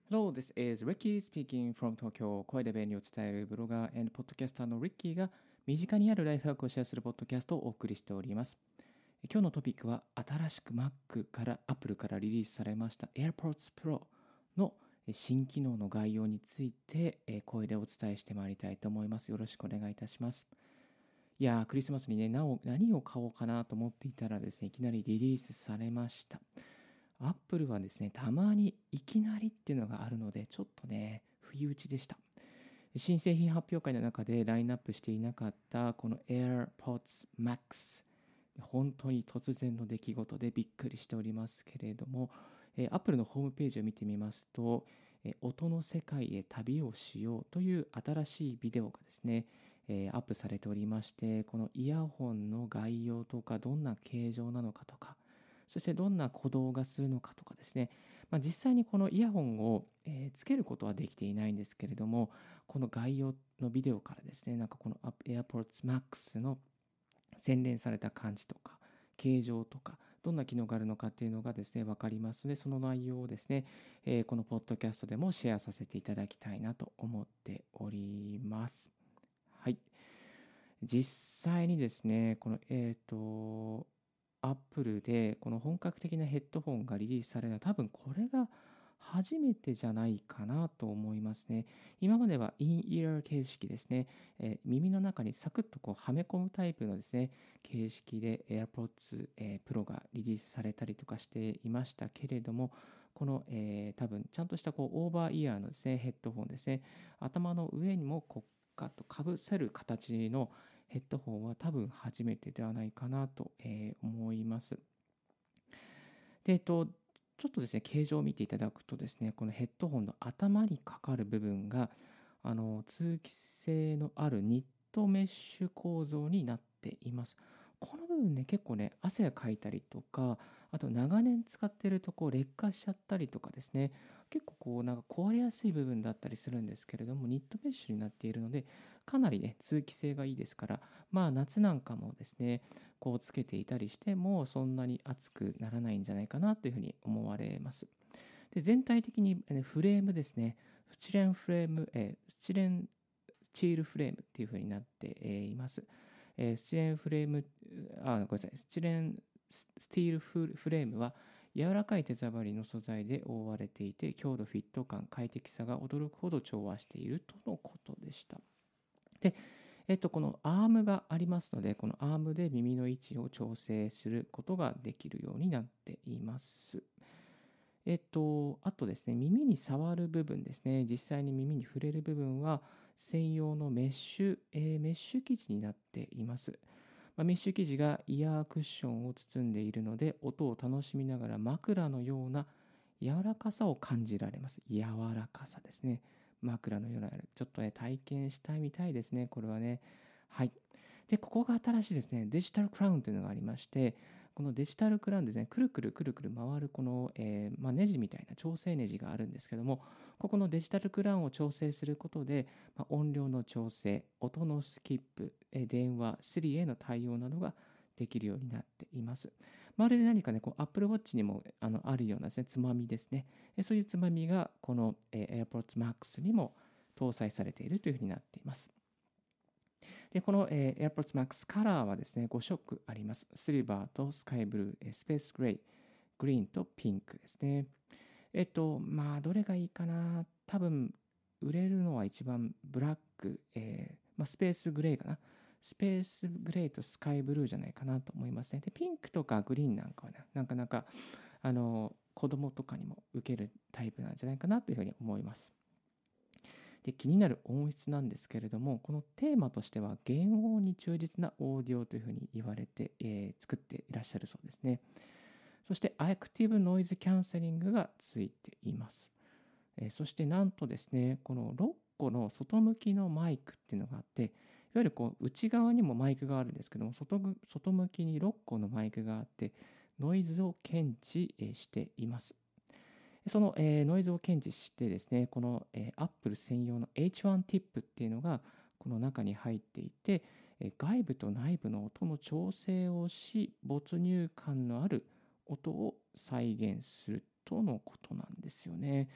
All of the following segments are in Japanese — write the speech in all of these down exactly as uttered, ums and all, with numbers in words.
Hello, this is Ricky speaking from Tokyo. 声で便利を伝えるブロガー and ポッドキャスターの Ricky が身近にあるライフワークをシェアするポッドキャストをお送りしております。今日のトピックは新しく Mac から Apple からリリースされました AirPods Pro の新機能の概要について声でお伝えしてまいりたいと思います。よろしくお願いいたします。いやー、クリスマスにね、なお何を買おうかなと思っていたらですね、いきなりリリースされました。アップルはですね、たまにいきなりっていうのがあるので、ちょっとね、不意打ちでした。新製品発表会の中でラインナップしていなかったこの AirPods Max。本当に突然の出来事でびっくりしておりますけれども、アップルのホームページを見てみますと、音の世界へ旅をしようという新しいビデオがですね、アップされておりまして、このイヤホンの概要とか、どんな形状なのかとか、そしてどんな鼓動がするのかとかですね、まあ、実際にこのイヤホンを、えー、つけることはできていないんですけれども、この概要のビデオからですね、なんかこの AirPods Max の洗練された感じとか、形状とか、どんな機能があるのかっていうのがですね、わかりますので、その内容をですね、えー、このポッドキャストでもシェアさせていただきたいなと思っております。はい。実際にですね、この、えっと、アップルでこの本格的なヘッドホンがリリースされるのは多分これが初めてじゃないかなと思いますね。今まではインイヤー形式ですね、えー、耳の中にサクッとこうはめ込むタイプのですね、形式で AirPods、えー、Pro がリリースされたりとかしていましたけれども、この、えー、多分ちゃんとしたこうオーバーイヤーのですね、ヘッドホンですね、頭の上にもこうかとかぶせる形のヘッドホンは多分初めてではないかなと思います。で、えっと、ちょっとですね、形状を見ていただくとですね、このヘッドホンの頭にかかる部分が、あの、通気性のあるニットメッシュ構造になっています。この部分ね、結構ね、汗がかいたりとか、あと長年使ってるとこう劣化しちゃったりとかですね、結構こうなんか壊れやすい部分だったりするんですけれども、ニットメッシュになっているので、かなりね、通気性がいいですから、まあ夏なんかもですね、こうつけていたりしても、そんなに熱くならないんじゃないかなというふうに思われます。で、全体的に、ね、フレームですね、スチレンフレーム、えー、スチレンチールフレームっていうふうになっています。えー、スチレンフレーム、あ、ごめんなさい、スチレンスティールフレームは柔らかい手触りの素材で覆われていて、強度、フィット感、快適さが驚くほど調和しているとのことでした。で、えっと、このアームがありますので、このアームで耳の位置を調整することができるようになっています。えっと、あとですね、耳に触る部分ですね、実際に耳に触れる部分は、専用のメッシュ、えー、メッシュ生地になっています。まあ、メッシュ生地がイヤークッションを包んでいるので、音を楽しみながら枕のような柔らかさを感じられます。柔らかさですね。枕のような、ちょっとね、体験したいみたいですね、これはね。はい。で、ここが新しいですね、デジタルクラウンというのがありまして、このデジタルクラウンですね、くるくるくるくる回るこの、えーまあ、ネジみたいな調整ネジがあるんですけども、ここのデジタルクラウンを調整することで、まあ、音量の調整、音のスキップ、えー、電話、Siri への対応などができるようになっています。まるで何かね、こう Apple Watch にも あのあるようなですね、つまみですね。そういうつまみがこの、えー、AirPods Max にも搭載されているというふうになっています。で、この、えー、AirPods Max カラーはですね、ご色あります。シルバーとスカイブルー、スペースグレイ、グリーンとピンクですね。えっと、まあ、どれがいいかな。多分、売れるのは一番ブラック、えーまあ、スペースグレーかな。スペースグレーとスカイブルーじゃないかなと思いますね。で、ピンクとかグリーンなんかはね、なかなか、あの、子供とかにも受けるタイプなんじゃないかなというふうに思います。で、気になる音質なんですけれども、このテーマとしては原音に忠実なオーディオというふうに言われて、えー、作っていらっしゃるそうですね。そしてアクティブノイズキャンセリングがついています。えー、そしてなんとですね、このろっこの外向きのマイクっていうのがあって、いわゆるこう内側にもマイクがあるんですけども、外外向きにろっこのマイクがあって、ノイズを検知しています。その、えー、ノイズを検知してですね、この、えー、Apple 専用の エイチワン ティップっていうのがこの中に入っていて、えー、外部と内部の音の調整をし、没入感のある音を再現するとのことなんですよね。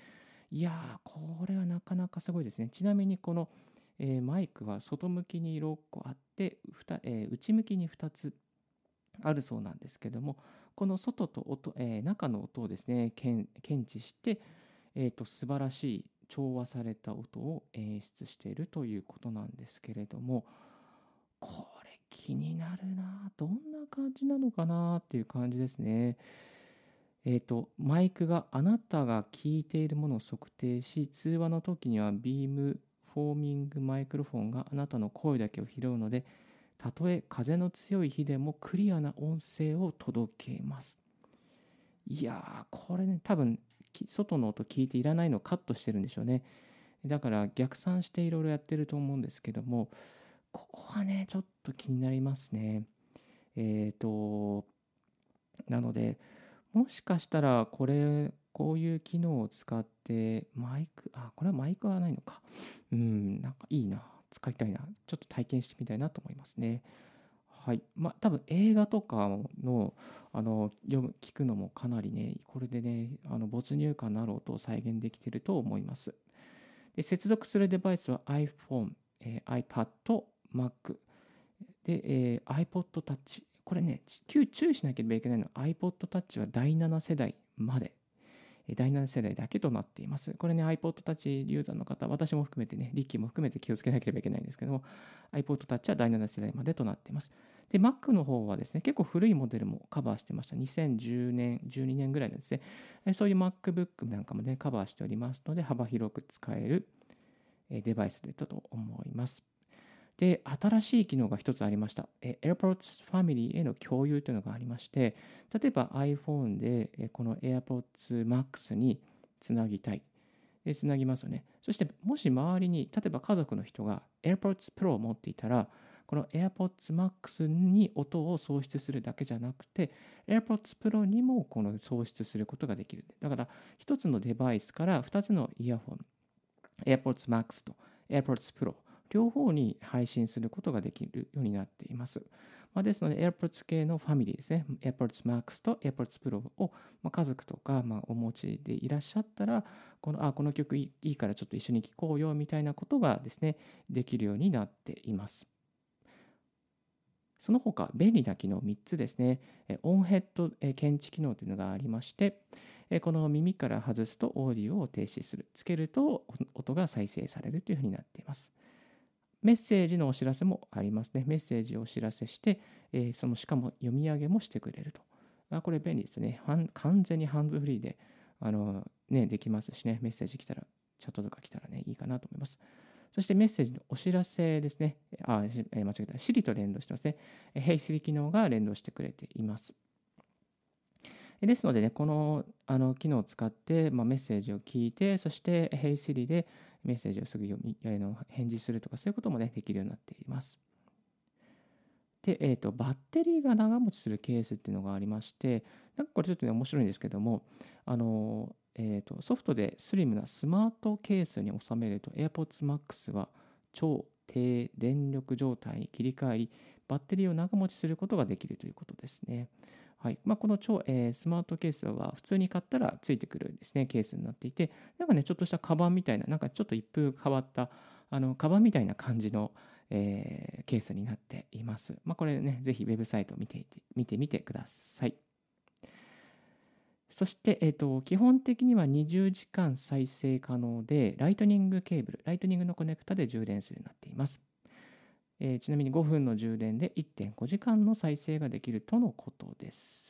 いやー、これはなかなかすごいですね。ちなみにこの、えーマイクは外向きにろっこあって、ふたえー内向きにふたつあるそうなんですけども、この外と音、えー中の音をですね、検検知して、えーと、素晴らしい調和された音を演出しているということなんですけれども、これ気になるな。どんな感じなのかなっていう感じですね。えっと、マイクがあなたが聞いているものを測定し、通話の時にはビームフォーミングマイクロフォンがあなたの声だけを拾うので、たとえ風の強い日でもクリアな音声を届けます。いやー、これね、多分、き外の音聞いていらないのをカットしてるんでしょうね。だから逆算していろいろやってると思うんですけども、ここはね、ちょっと気になりますね。えっと、なので、もしかしたらこれ、こういう機能を使ってマイク、あ、これはマイクはないのか。うん、なんかいいな。使いたいな。ちょっと体験してみたいなと思いますね。はい。まあ、多分映画とかの、あの、読む、聞くのもかなりね、これでね、あの没入感のある音を再現できていると思います。で、接続するデバイスは iPhone、えー iPad、Mac、で、えー iPod Touch。これね、注意しなければいけないのは iPod Touch はだいなな世代まで、だいなな世代だけとなっています。これね、iPod Touch ユーザーの方、私も含めてね、リッキーも含めて気をつけなければいけないんですけども、iPod Touch はだいなな世代までとなっています。で、Mac の方はですね、結構古いモデルもカバーしてました。にせんじゅうねん、じゅうにねんぐらいのですね、そういう MacBook なんかもね、カバーしておりますので、幅広く使えるデバイスだと思います。で、新しい機能が一つありました。AirPods Family への共有というのがありまして、例えば iPhone でこの AirPods Max につなぎたい。で、つなぎますよね。そして、もし周りに、例えば家族の人が AirPods Pro を持っていたら、この AirPods Max に音を送出するだけじゃなくて、AirPods Pro にもこの送出することができる。だから、一つのデバイスから二つのイヤホン、AirPods Max と AirPods Pro、両方に配信することができるようになっています。まあ、ですので、AirPods 系のファミリーですね、AirPods Max と AirPods Pro を、まあ、家族とか、まあ、お持ちでいらっしゃったら、この、あ、この曲いいからちょっと一緒に聴こうよみたいなことがですね、できるようになっています。その他、便利な機能みっつですね、オンヘッド検知機能というのがありまして、この耳から外すとオーディオを停止する、つけると音が再生されるというふうになっています。メッセージのお知らせもありますね。メッセージをお知らせして、えー、そのしかも読み上げもしてくれると。あ、これ便利ですね。完全にハンズフリーで、あの、ね、できますしね、メッセージ来たら、チャットとか来たらね、いいかなと思います。そしてメッセージのお知らせですね。あ、間違えた。Siri と連動してますね。Hey Siri 機能が連動してくれています。ですのでね、このあの機能を使って、まあ、メッセージを聞いて、そして Hey Siri でメッセージをすぐ読みあの返事するとか、そういうこともね、できるようになっています。で、えーと、バッテリーが長持ちするケースっていうのがありまして、なんかこれちょっとね、面白いんですけども、あの、えーと、ソフトでスリムなスマートケースに収めると AirPods Max は超低電力状態に切り替えり、バッテリーを長持ちすることができるということですね。はい。まあ、この超、えー、スマートケースは普通に買ったらついてくるですね、ケースになっていて、なんかね、ちょっとしたカバンみたいな、なんかちょっと一風変わった、あの、カバンみたいな感じの、えーケースになっています。まあ、これね、ぜひウェブサイトを見ていて見てみてください。そして、えーと、基本的にはにじゅうじかん再生可能で、ライトニングケーブル、ライトニングのコネクタで充電するようになっています。えー、ちなみにごふんの充電でいってんごじかんの再生ができるとのことです。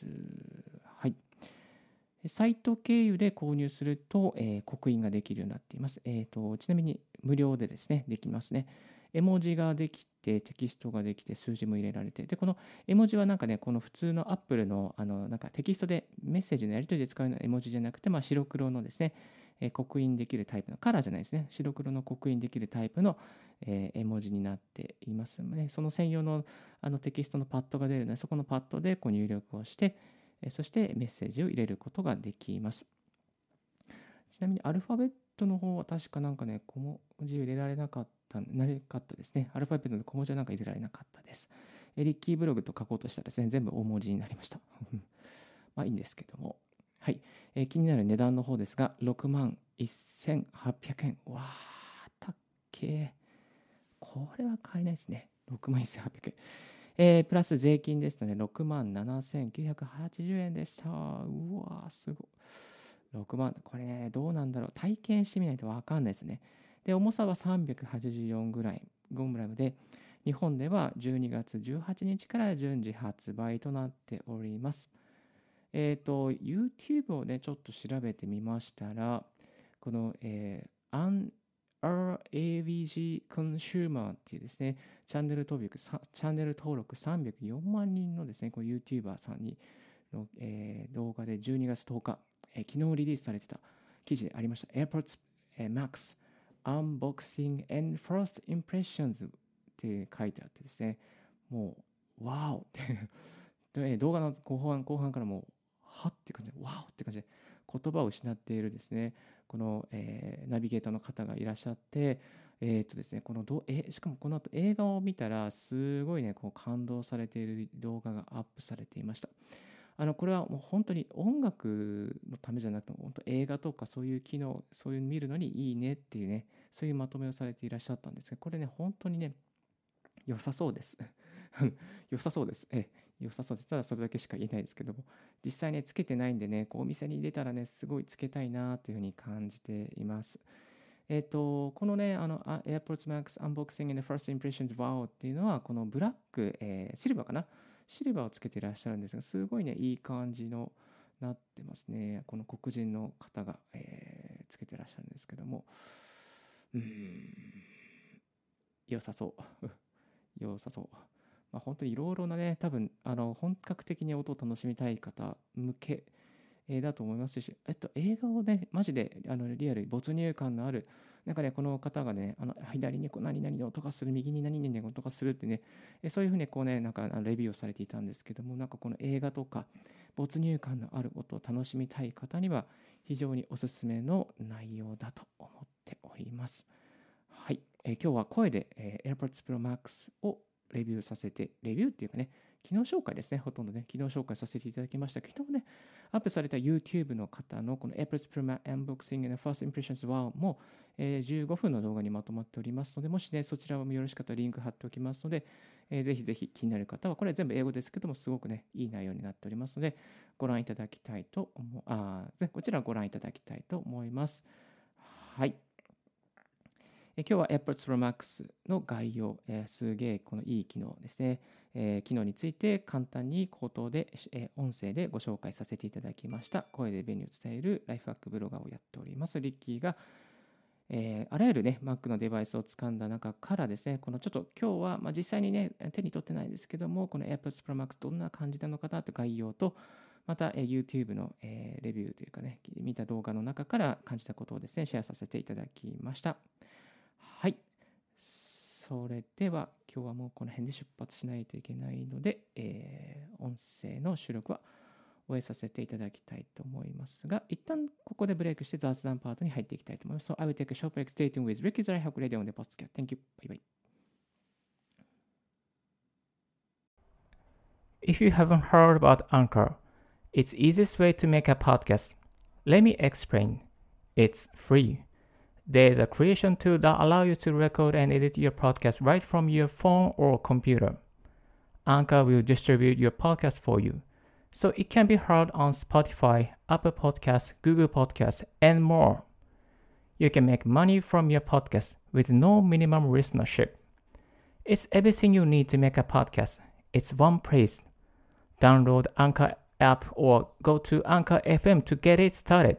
はい。サイト経由で購入すると、えー、刻印ができるようになっています。えーと、ちなみに無料でですね、できますね。絵文字ができて、テキストができて、数字も入れられて、で、この絵文字はなんかね、この普通の Apple の、あの、なんかテキストでメッセージのやり取りで使うような絵文字じゃなくて、まあ、白黒のですね、えー、刻印できるタイプの、カラーじゃないですね、白黒の刻印できるタイプの、えー、絵文字になっていますので、その専用のあのテキストのパッドが出るので、そこのパッドでこう入力をして、そしてメッセージを入れることができます。ちなみにアルファベットの方は確かなんかね、小文字を入れられなかった、なれかったですね。アルファベットの小文字はなんか入れられなかったです。リッキーブログと書こうとしたらですね、全部大文字になりました。まあいいんですけども。 はい、えー気になる値段の方ですが、ろくまんせんはっぴゃくえん。わー、たっけー。これは買えないですね。ろくまんせんはっぴゃくえん。えープラス税金ですとね、ろくまんななせんきゅうひゃくはちじゅうえんでした。うわー、すごい。ろくまん、これね、どうなんだろう。体験してみないとわかんないですね。で、重さはさんびゃくはちじゅうよんグラム、ごグラムで、日本ではじゅうにがつじゅうはちにちから順次発売となっております。えっ、と、YouTube をね、ちょっと調べてみましたら、この、えー、アン アールエービージー Consumer っていうですね、チャンネル登録、チャンネル登録さんびゃくよんまんにんのですね、この YouTuber さんにの、えー動画でじゅうにがつとおか、えー昨日リリースされてた記事でありました AirPods、えー Max Unboxing and First Impressions って書いてあってですね、もう、ワオってで動画の後半後半からもう、はって感じで、ワオって感じで、言葉を失っているですね、この、えーナビゲーターの方がいらっしゃって、えーっとですね、このどえしかもこの後映画を見たら、すごいね、こう感動されている動画がアップされていました。あのこれはもう本当に音楽のためじゃなくて、本当映画とかそういう機能、そういうの見るのにいいねっていうね、そういうまとめをされていらっしゃったんですが、これね、本当にね、良さそうです。良さそうです。ええ、良さそうです。ただそれだけしか言えないですけども、実際ね、つけてないんでね、こうお店に出たらね、すごいつけたいなというふうに感じています。えっ、と、このね、あの、あ AirPods Max Unboxing and First Impressions Wow っていうのは、このブラック、えーシルバーかなシルバーをつけていらっしゃるんですが、すごいね、いい感じのなってますね。この黒人の方が、えーつけていらっしゃるんですけども、うーん、良さそう。良さそう。まあ、本当にいろいろなね、多分あの本格的に音を楽しみたい方向け、えーだと思いますし、えっと、映画をね、マジであのリアルに没入感のある、なんかね、この方がね、あの左にこう何々の音がする、右に何々の音がするってね、えそういうふうにこうね、なんかあのレビューをされていたんですけども、なんかこの映画とか没入感のある音を楽しみたい方には、非常におすすめの内容だと思っております。はい、えー今日は声で、えー AirPods Pro Max をレビューさせて、レビューっていうかね、機能紹介ですね、ほとんどね、機能紹介させていただきました。昨日ね、アップされた YouTube の方のこの AirPods Pro Max Unboxing and First Impressions Wow も、えーじゅうごふんの動画にまとまっておりますので、もしね、そちらもよろしかったらリンク貼っておきますので、えーぜひぜひ気になる方は、これは全部英語ですけども、すごくね、いい内容になっておりますので、ご覧いただきたいと思う、あーこちらご覧いただきたいと思います。はい。え今日は AirPods Pro Max の概要、えーすげえこのいい機能ですね、えー機能について簡単に口頭で、えー音声でご紹介させていただきました。声で便利を伝えるライフハックブロガーをやっております。リッキーが、えーあらゆるね、Mac のデバイスを掴んだ中からですね、このちょっと今日は、まあ、実際にね、手に取ってないんですけども、この AirPods Pro Max どんな感じなのかなという概要と、また、えー YouTube の、えーレビューというかね、見た動画の中から感じたことをですね、シェアさせていただきました。はい。それでは、今日はもうこの辺で出発しないといけないので、えー音声の収録は終えさせていただきたいと思いますが、一旦ここでブレイクして雑談パートに入っていきたいと思います。So, I will take a short break. Stay tuned with Ricky's Right Hack Radio on the podcast. Thank you. Bye bye. If you haven't heard about Anchor, it's the easiest way to make a podcast. Let me explain. It's free.There's a creation tool that allows you to record and edit your podcast right from your phone or computer. Anchor will distribute your podcast for you, so it can be heard on Spotify, Apple Podcasts, Google Podcasts, and more. You can make money from your podcast with no minimum listenership. It's everything you need to make a podcast. It's one place. Download Anchor app or go to Anchor エフエム to get it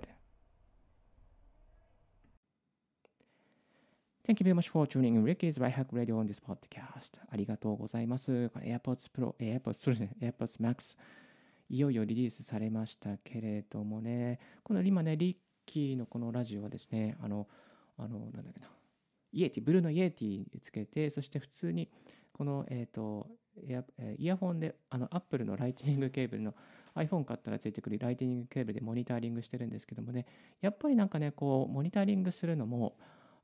started.Thank you very much for tuning in Ricky's Right Hack Radio on this podcast. ありがとうございます。AirPods Pro、AirPods, AirPods Max、いよいよリリースされましたけれどもね、この今ね、リッキーのこのラジオはですね、あの、あの、なんだっけな、イエティ、ブルーのイエティにつけて、そして普通に、この、えっと、イヤイヤホンで、あの、Apple のライトニングケーブルの iPhone 買ったらついてくるライトニングケーブルでモニタリングしてるんですけどもね、やっぱりなんかね、こう、モニタリングするのも、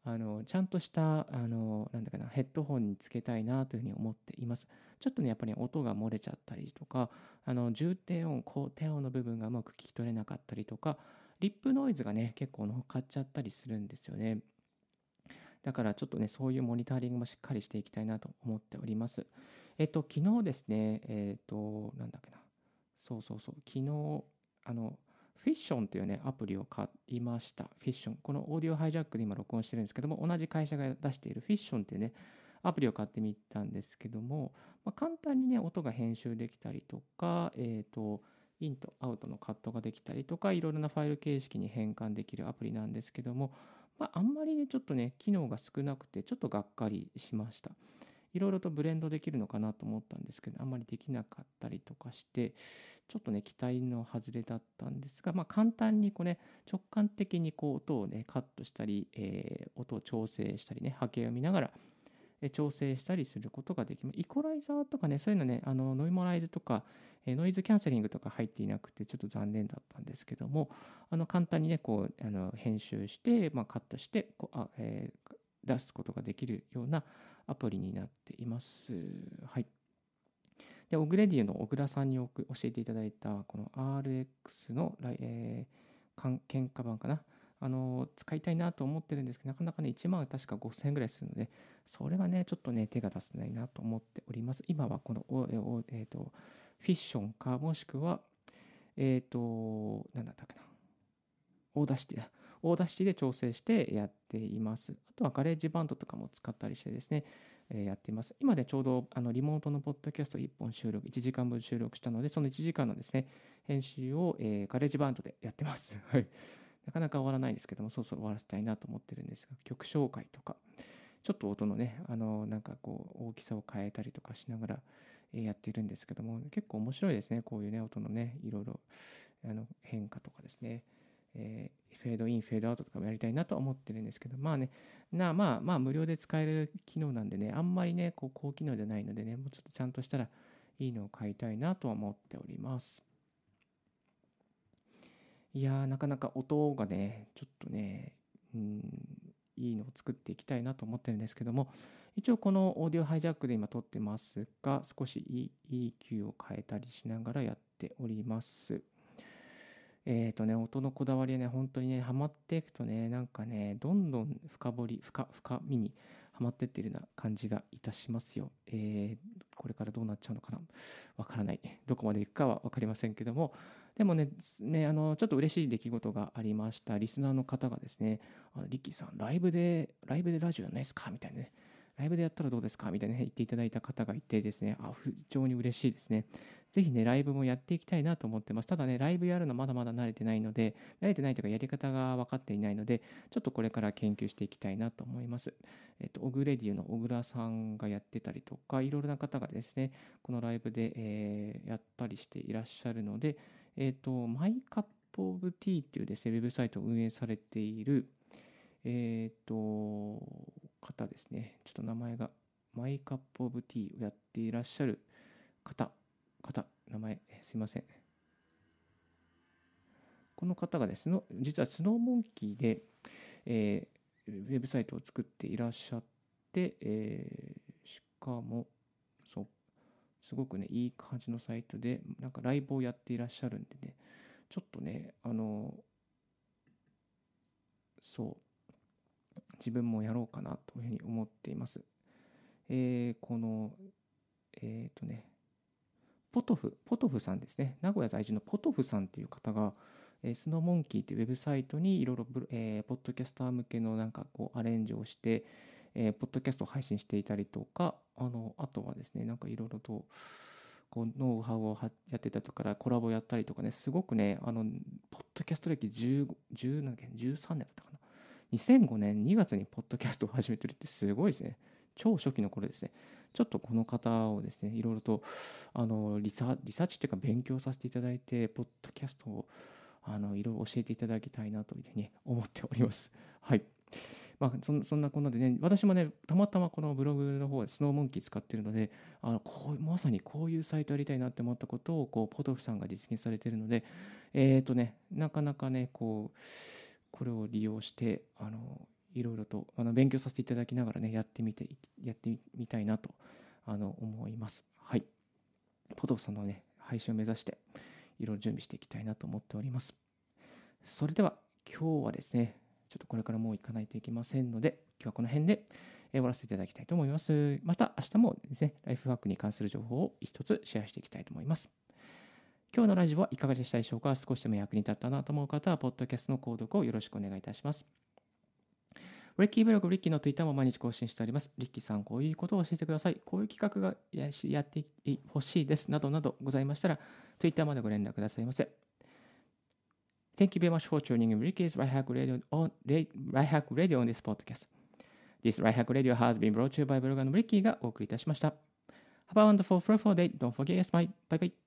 あのちゃんとしたあのなんだかなヘッドホンにつけたいなというふうに思っています。ちょっとねやっぱり音が漏れちゃったりとか、あの重低音高低音の部分がうまく聞き取れなかったりとか、リップノイズがね結構乗っかっちゃったりするんですよね。だからちょっとねそういうモニタリングもしっかりしていきたいなと思っております。えっと昨日ですね、えっとなんだっけな、そうそうそう昨日あのフィッションというねアプリを買いました。フィッション、このオーディオハイジャックで今録音してるんですけども、同じ会社が出しているフィッションというねアプリを買ってみたんですけども、まあ、簡単にね音が編集できたりとか、えっとインとアウトのカットができたりとか、いろいろなファイル形式に変換できるアプリなんですけども、まあ、あんまりねちょっとね機能が少なくてちょっとがっかりしました。いろいろとブレンドできるのかなと思ったんですけど、あんまりできなかったりとかして、ちょっとね期待の外れだったんですが、まあ、簡単にこうね直感的にこう音をねカットしたり、えー音を調整したりね波形を見ながらえ調整したりすることができます。イコライザーとかね、そういうのね、あのノイマライズとか、えノイズキャンセリングとか入っていなくて、ちょっと残念だったんですけども、あの簡単にね、こうあの編集して、まあ、カットしてこうあ、えー出すことができるようなアプリになっています。はい。で、オグレディの小倉さんに教えていただいた、この アールエックス の、えー、喧嘩版かな。あの使いたいなと思ってるんですけど、なかなかね、いちまん確かごせんえんぐらいするので、それはね、ちょっとね、手が出せないなと思っております。今はこの、えーと、フィッションか、もしくは、えっ、ー、と、なんだったっけな、オーダーシティだ。オーダーシティで調整してやっています。あとはガレージバンドとかも使ったりしてですね、えー、やっています。今ね、ちょうどあのリモートのポッドキャストいっぽん収録、いちじかんぶん収録したので、そのいちじかんのですね、編集を、えー、ガレージバンドでやってます。はい。なかなか終わらないですけども、そろそろ終わらせたいなと思ってるんですが、曲紹介とか、ちょっと音のね、あの、なんかこう、大きさを変えたりとかしながら、えー、やっているんですけども、結構面白いですね、こういうね、音のね、いろいろあの変化とかですね、えー、フェードイン、フェードアウトとかもやりたいなと思ってるんですけど、まあね、なまあまあ無料で使える機能なんでね、あんまりね、こう高機能じゃないのでね、もうちょっとちゃんとしたらいいのを買いたいなと思っております。いやー、なかなか音がね、ちょっとね、うん、いいのを作っていきたいなと思ってるんですけども、一応このオーディオハイジャックで今撮ってますが、少し イーキュー を変えたりしながらやっております。えっとね、音のこだわりはね、本当にね、ハマっていくとね、なんかね、どんどん深掘り、深、深みにハマってってるような感じがいたしますよ。えー、これからどうなっちゃうのかな、わからない。どこまでいくかはわかりませんけども、でもね、ね、あの、ちょっと嬉しい出来事がありました。リスナーの方がですね、あのリッキーさん、ライブで、ライブでラジオやらないですかみたいなね。ライブでやったらどうですかみたいな、ね、言っていただいた方がいてですね、あ、非常に嬉しいですね。ぜひね、ライブもやっていきたいなと思ってます。ただね、ライブやるのまだまだ慣れてないので、慣れてないというかやり方が分かっていないので、ちょっとこれから研究していきたいなと思います。えっと、オグレディオの小倉さんがやってたりとか、いろいろな方がですね、このライブで、えー、やったりしていらっしゃるので、えっと、マイカップオブティーっていうですね、ウェブサイトを運営されている、えっと、方ですね。ちょっと名前が、マイカップオブティーをやっていらっしゃる方、方、名前、すいません。この方がですね、実はスノーモンキーで、えー、ウェブサイトを作っていらっしゃって、えー、しかも、そう、すごくね、いい感じのサイトで、なんかライブをやっていらっしゃるんでね、ちょっとね、あの、そう、自分もやろうかなというふうに思っています。えー、この、えっ、ー、とね、ポトフ、ポトフさんですね。名古屋在住のポトフさんという方が、えー、スノーモンキーというウェブサイトにいろいろ、えー、ポッドキャスター向けのなんかこうアレンジをして、えー、ポッドキャストを配信していたりとか、あの、あとはですね、なんかいろいろと、こうノウハウをやってたりとか、コラボやったりとかね、すごくね、あの、ポッドキャスト歴じゅう、じゅうなんだっけ、じゅうさんねんだったかな。にせんごねんにがつにポッドキャストを始めてるってすごいですね。超初期の頃ですね。ちょっとこの方をですね、いろいろとあのリサリサーチっていうか勉強させていただいて、ポッドキャストをあのいろいろ教えていただきたいなというふうに思っております。はい。まあ、そそんなこんなでね、私もね、たまたまこのブログの方でスノーモンキー使ってるので、あのこうまさにこういうサイトやりたいなって思ったことをこうポトフさんが実現されているので、えっ、ー、とね、なかなかね、こう、これを利用して、あのいろいろとあの勉強させていただきながらね、やってみて、やってみたいなとあの思います。はい。ポトフさんのね、配信を目指して、いろいろ準備していきたいなと思っております。それでは、今日はですね、ちょっとこれからもう行かないといけませんので、今日はこの辺で終わらせていただきたいと思います。また明日もですね、ライフワークに関する情報を一つシェアしていきたいと思います。今日のラジオはいかがでしたでしょうか。少しでも役に立ったなと思う方は、ポッドキャストの購読をよろしくお願いいたします。リッキーブログ、リッキーの Twitter も毎日更新しております。リッキーさん、こういうことを教えてください。こういう企画がやってほしいです。などなどございましたら、Twitter までご連絡くださいませ。Thank you very much for tuning in Ricky's Right Hack Radio on, Right Hack Radio on this podcast. This Right Hack Radio has been brought to you by ブロガーのリッキーがお送りいたしました。Have a wonderful, fruitful day. Don't forget your smile. Bye bye.